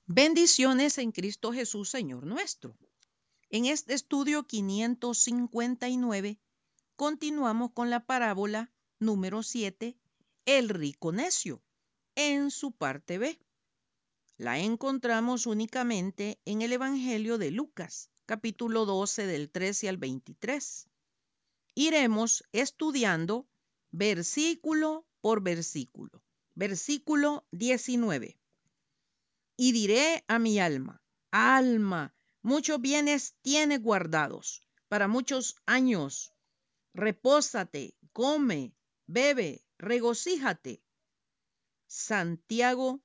Bendiciones en Cristo Jesús, Señor nuestro. En este estudio 559 continuamos con la parábola número 7, el rico necio, en su parte B. La encontramos únicamente en el Evangelio de Lucas, capítulo 12 del 13 al 23. Iremos estudiando versículo por versículo. Versículo 19. Y diré a mi alma, alma, muchos bienes tienes guardados para muchos años. Repósate, come, bebe, regocíjate. Santiago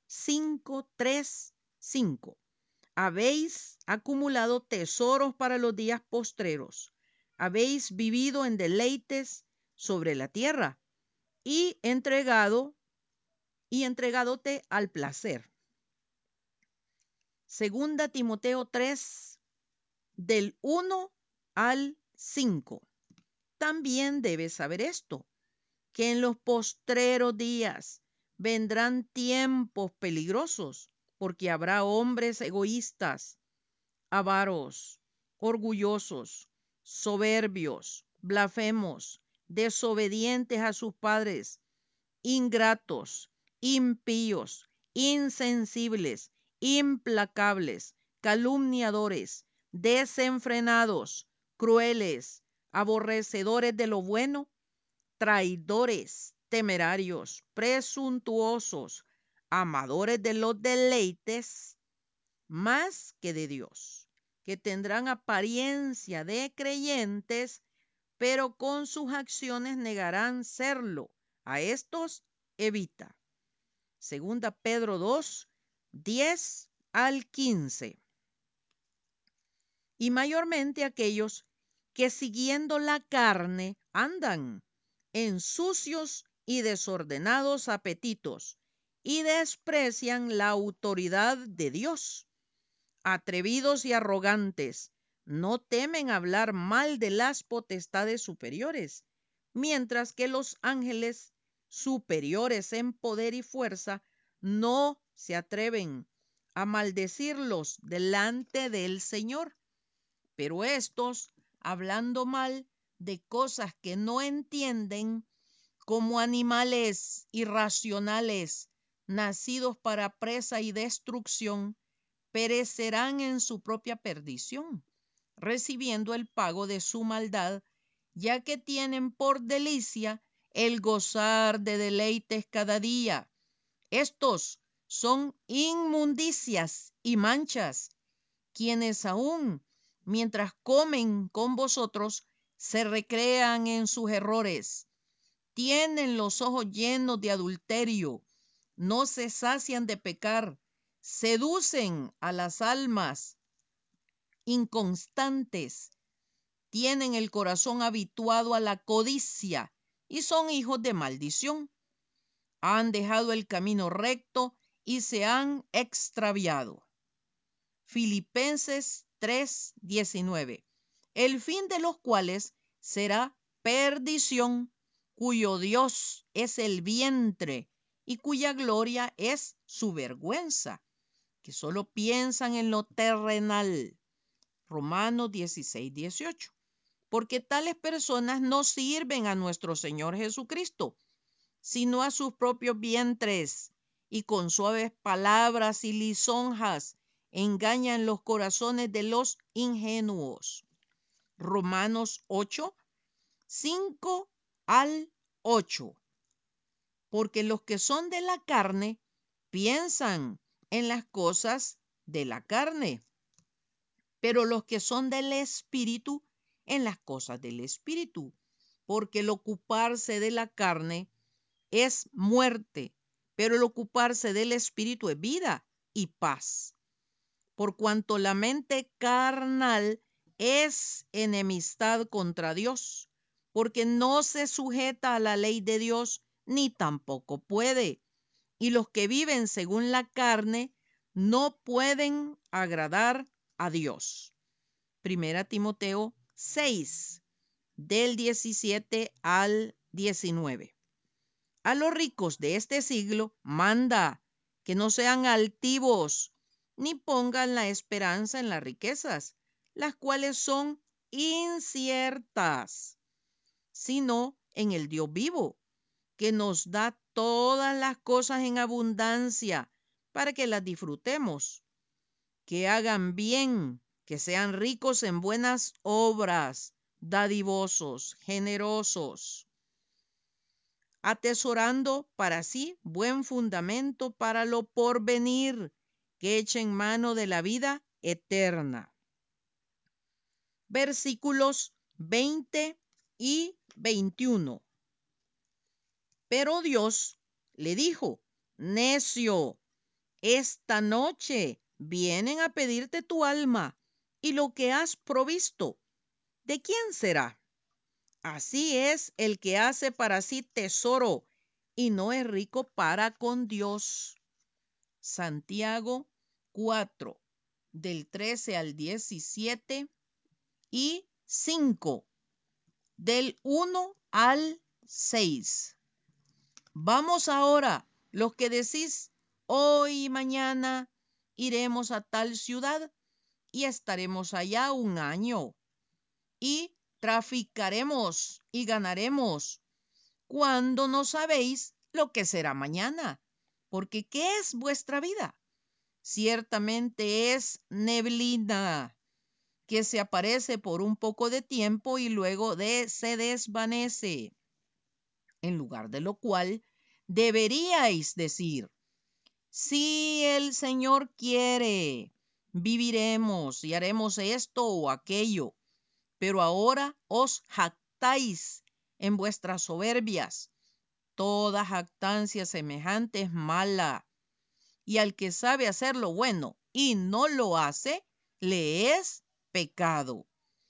5:3-5. Habéis acumulado tesoros para los días postreros. Habéis vivido en deleites sobre la tierra y entregadote al placer. Segunda Timoteo 3, del 1 al 5. También debes saber esto, que en los postreros días vendrán tiempos peligrosos, porque habrá hombres egoístas, avaros, orgullosos, soberbios, blasfemos, desobedientes a sus padres, ingratos, impíos, insensibles, implacables, calumniadores, desenfrenados, crueles, aborrecedores de lo bueno, traidores, temerarios, presuntuosos, amadores de los deleites más que de Dios, que tendrán apariencia de creyentes, pero con sus acciones negarán serlo. A estos evita. Segunda Pedro 2, 10 al 15. Y mayormente aquellos que siguiendo la carne andan en sucios y desordenados apetitos y desprecian la autoridad de Dios. Atrevidos y arrogantes, no temen hablar mal de las potestades superiores, mientras que los ángeles superiores en poder y fuerza no se atreven a maldecirlos delante del Señor. Pero estos, hablando mal de cosas que no entienden, como animales irracionales, nacidos para presa y destrucción, perecerán en su propia perdición, recibiendo el pago de su maldad, ya que tienen por delicia el gozar de deleites cada día. Estos son inmundicias y manchas, quienes aún mientras comen con vosotros se recrean en sus errores. Tienen los ojos llenos de adulterio, no se sacian de pecar, seducen a las almas inconstantes, tienen el corazón habituado a la codicia y son hijos de maldición. Han dejado el camino recto y se han extraviado. Filipenses 3:19. El fin de los cuales será perdición, cuyo Dios es el vientre y cuya gloria es su vergüenza, que solo piensan en lo terrenal. Romanos 16:18. Porque tales personas no sirven a nuestro Señor Jesucristo, sino a sus propios vientres, y con suaves palabras y lisonjas engañan los corazones de los ingenuos. Romanos 8, 5 al 8. Porque los que son de la carne piensan en las cosas de la carne, pero los que son del Espíritu en las cosas del Espíritu. Porque el ocuparse de la carne es muerte, pero el ocuparse del Espíritu es vida y paz. Por cuanto la mente carnal es enemistad contra Dios, porque no se sujeta a la ley de Dios, ni tampoco puede. Y los que viven según la carne no pueden agradar a Dios. Primera Timoteo 6, del 17 al 19. A los ricos de este siglo manda que no sean altivos, ni pongan la esperanza en las riquezas, las cuales son inciertas, sino en el Dios vivo, que nos da todas las cosas en abundancia para que las disfrutemos, que hagan bien, que sean ricos en buenas obras, dadivosos, generosos, atesorando para sí buen fundamento para lo porvenir, que echen mano de la vida eterna. Versículos 20 y 21. Pero Dios le dijo: necio, esta noche vienen a pedirte tu alma, y lo que has provisto, ¿de quién será? Así es el que hace para sí tesoro y no es rico para con Dios. Santiago 4, del 13 al 17 y 5, del 1 al 6. Vamos ahora, los que decís, hoy y mañana iremos a tal ciudad y estaremos allá un año y traficaremos y ganaremos, cuando no sabéis lo que será mañana. Porque ¿qué es vuestra vida? Ciertamente es neblina que se aparece por un poco de tiempo y luego se desvanece. En lugar de lo cual deberíais decir: si el Señor quiere, viviremos y haremos esto o aquello. Pero ahora os jactáis en vuestras soberbias. Toda jactancia semejante es mala. Y al que sabe hacer lo bueno y no lo hace, le es pecado.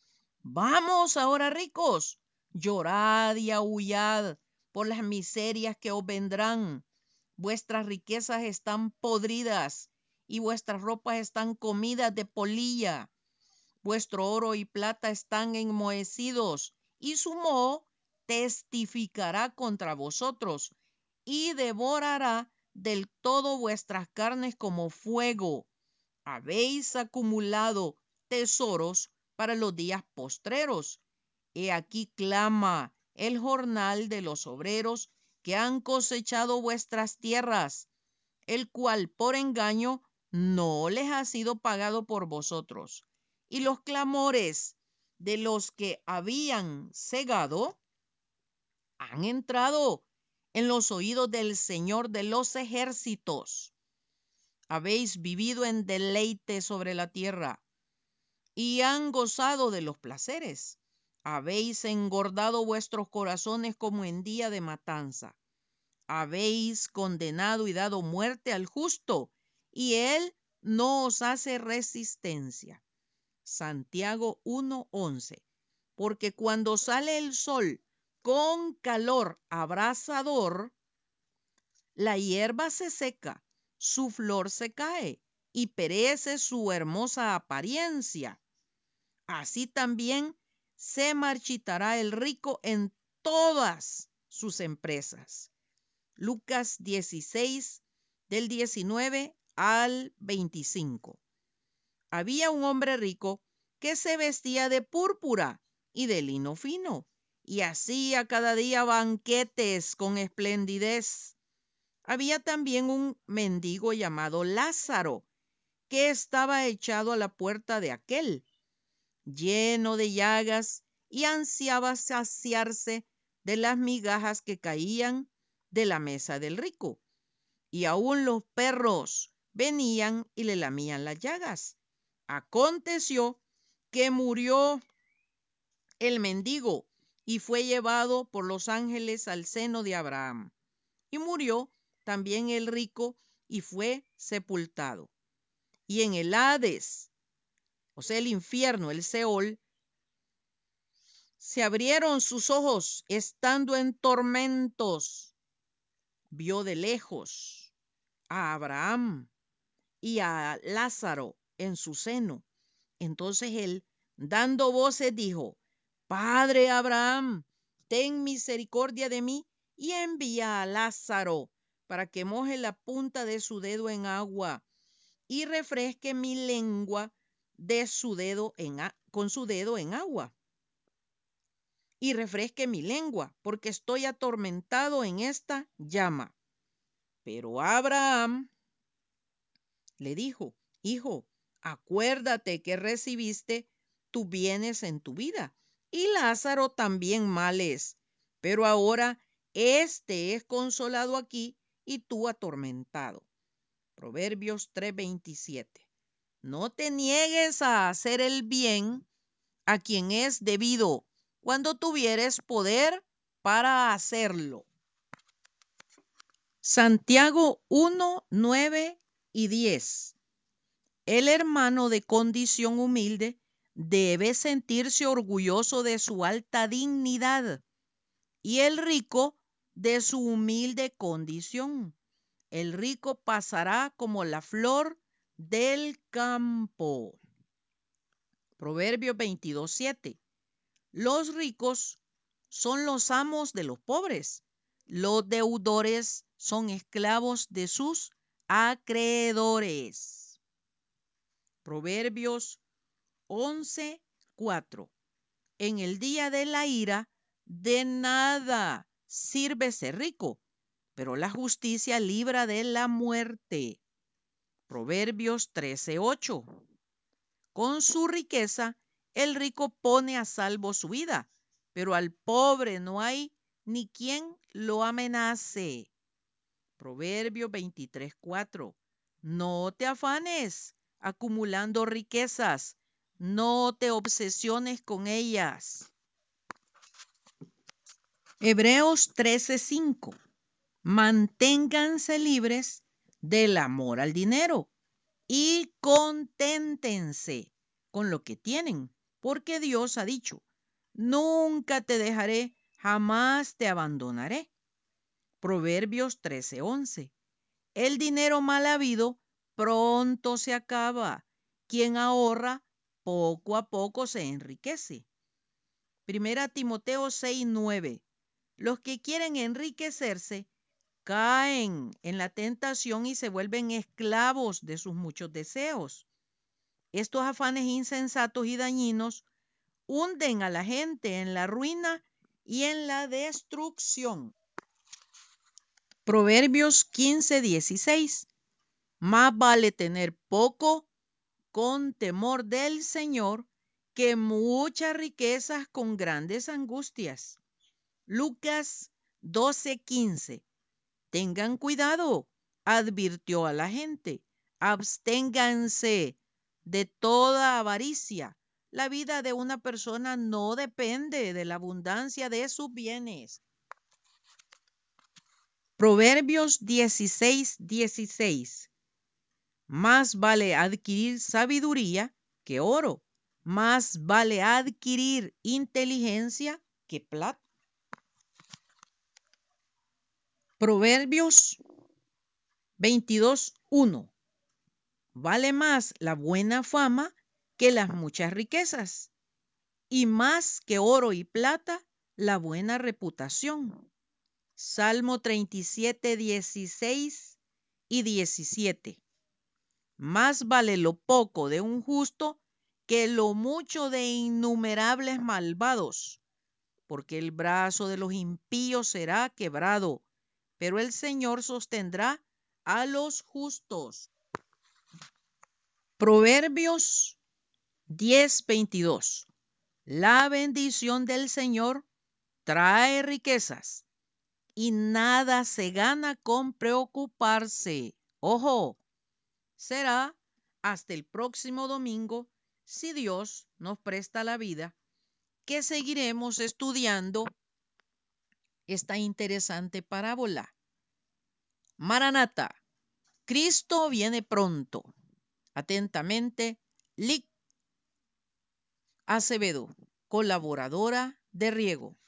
Vamos ahora, ricos, llorad y aullad por las miserias que os vendrán. Vuestras riquezas están podridas y vuestras ropas están comidas de polilla. Vuestro oro y plata están enmohecidos, y su moho testificará contra vosotros, y devorará del todo vuestras carnes como fuego. Habéis acumulado tesoros para los días postreros. He aquí clama el jornal de los obreros que han cosechado vuestras tierras, el cual por engaño no les ha sido pagado por vosotros. Y los clamores de los que habían cegado han entrado en los oídos del Señor de los ejércitos. Habéis vivido en deleite sobre la tierra y han gozado de los placeres. Habéis engordado vuestros corazones como en día de matanza. Habéis condenado y dado muerte al justo, y él no os hace resistencia. Santiago 1:11. Porque cuando sale el sol con calor abrasador, la hierba se seca, su flor se cae y perece su hermosa apariencia. Así también se marchitará el rico en todas sus empresas. Lucas 16, del 19 al 25. Había un hombre rico que se vestía de púrpura y de lino fino, y hacía cada día banquetes con esplendidez. Había también un mendigo llamado Lázaro, que estaba echado a la puerta de aquel, lleno de llagas, y ansiaba saciarse de las migajas que caían de la mesa del rico. Y aún los perros venían y le lamían las llagas. Aconteció que murió el mendigo y fue llevado por los ángeles al seno de Abraham. Y murió también el rico y fue sepultado. Y en el Hades, o sea, el infierno, el Seol, se abrieron sus ojos estando en tormentos. Vio de lejos a Abraham y a Lázaro en su seno. Entonces él, dando voces, dijo: Padre Abraham, ten misericordia de mí y envía a Lázaro para que moje la punta de su dedo en agua y refresque mi lengua con su dedo en agua. Y refresque mi lengua, porque estoy atormentado en esta llama. Pero Abraham le dijo: hijo, acuérdate que recibiste tus bienes en tu vida, y Lázaro también males, pero ahora este es consolado aquí y tú atormentado. Proverbios 3:27. No te niegues a hacer el bien a quien es debido, cuando tuvieres poder para hacerlo. Santiago 1:9-10. El hermano de condición humilde debe sentirse orgulloso de su alta dignidad y el rico de su humilde condición. El rico pasará como la flor del campo. Proverbios 22:7. Los ricos son los amos de los pobres. Los deudores son esclavos de sus acreedores. Proverbios 11:4. En el día de la ira, de nada sirve ser rico, pero la justicia libra de la muerte. Proverbios 13:8. Con su riqueza, el rico pone a salvo su vida, pero al pobre no hay ni quien lo amenace. Proverbios 23:4. No te afanes acumulando riquezas, no te obsesiones con ellas. Hebreos 13:5. Manténganse libres del amor al dinero y conténtense con lo que tienen, porque Dios ha dicho: nunca te dejaré, jamás te abandonaré. Proverbios 13:11. El dinero mal habido pronto se acaba. Quien ahorra, poco a poco se enriquece. Primera Timoteo 6:9. Los que quieren enriquecerse caen en la tentación y se vuelven esclavos de sus muchos deseos. Estos afanes insensatos y dañinos hunden a la gente en la ruina y en la destrucción. Proverbios 15:16. Más vale tener poco con temor del Señor que muchas riquezas con grandes angustias. Lucas 12:15. Tengan cuidado, advirtió a la gente. Absténganse de toda avaricia. La vida de una persona no depende de la abundancia de sus bienes. Proverbios 16:16. Más vale adquirir sabiduría que oro. Más vale adquirir inteligencia que plata. Proverbios 22:1. Vale más la buena fama que las muchas riquezas, y más que oro y plata, la buena reputación. Salmo 37:16-17. Más vale lo poco de un justo que lo mucho de innumerables malvados, porque el brazo de los impíos será quebrado, pero el Señor sostendrá a los justos. Proverbios 10:22. La bendición del Señor trae riquezas y nada se gana con preocuparse. Ojo, será hasta el próximo domingo, si Dios nos presta la vida, que seguiremos estudiando esta interesante parábola. Maranata, Cristo viene pronto. Atentamente, Lic Acevedo, colaboradora de Riego.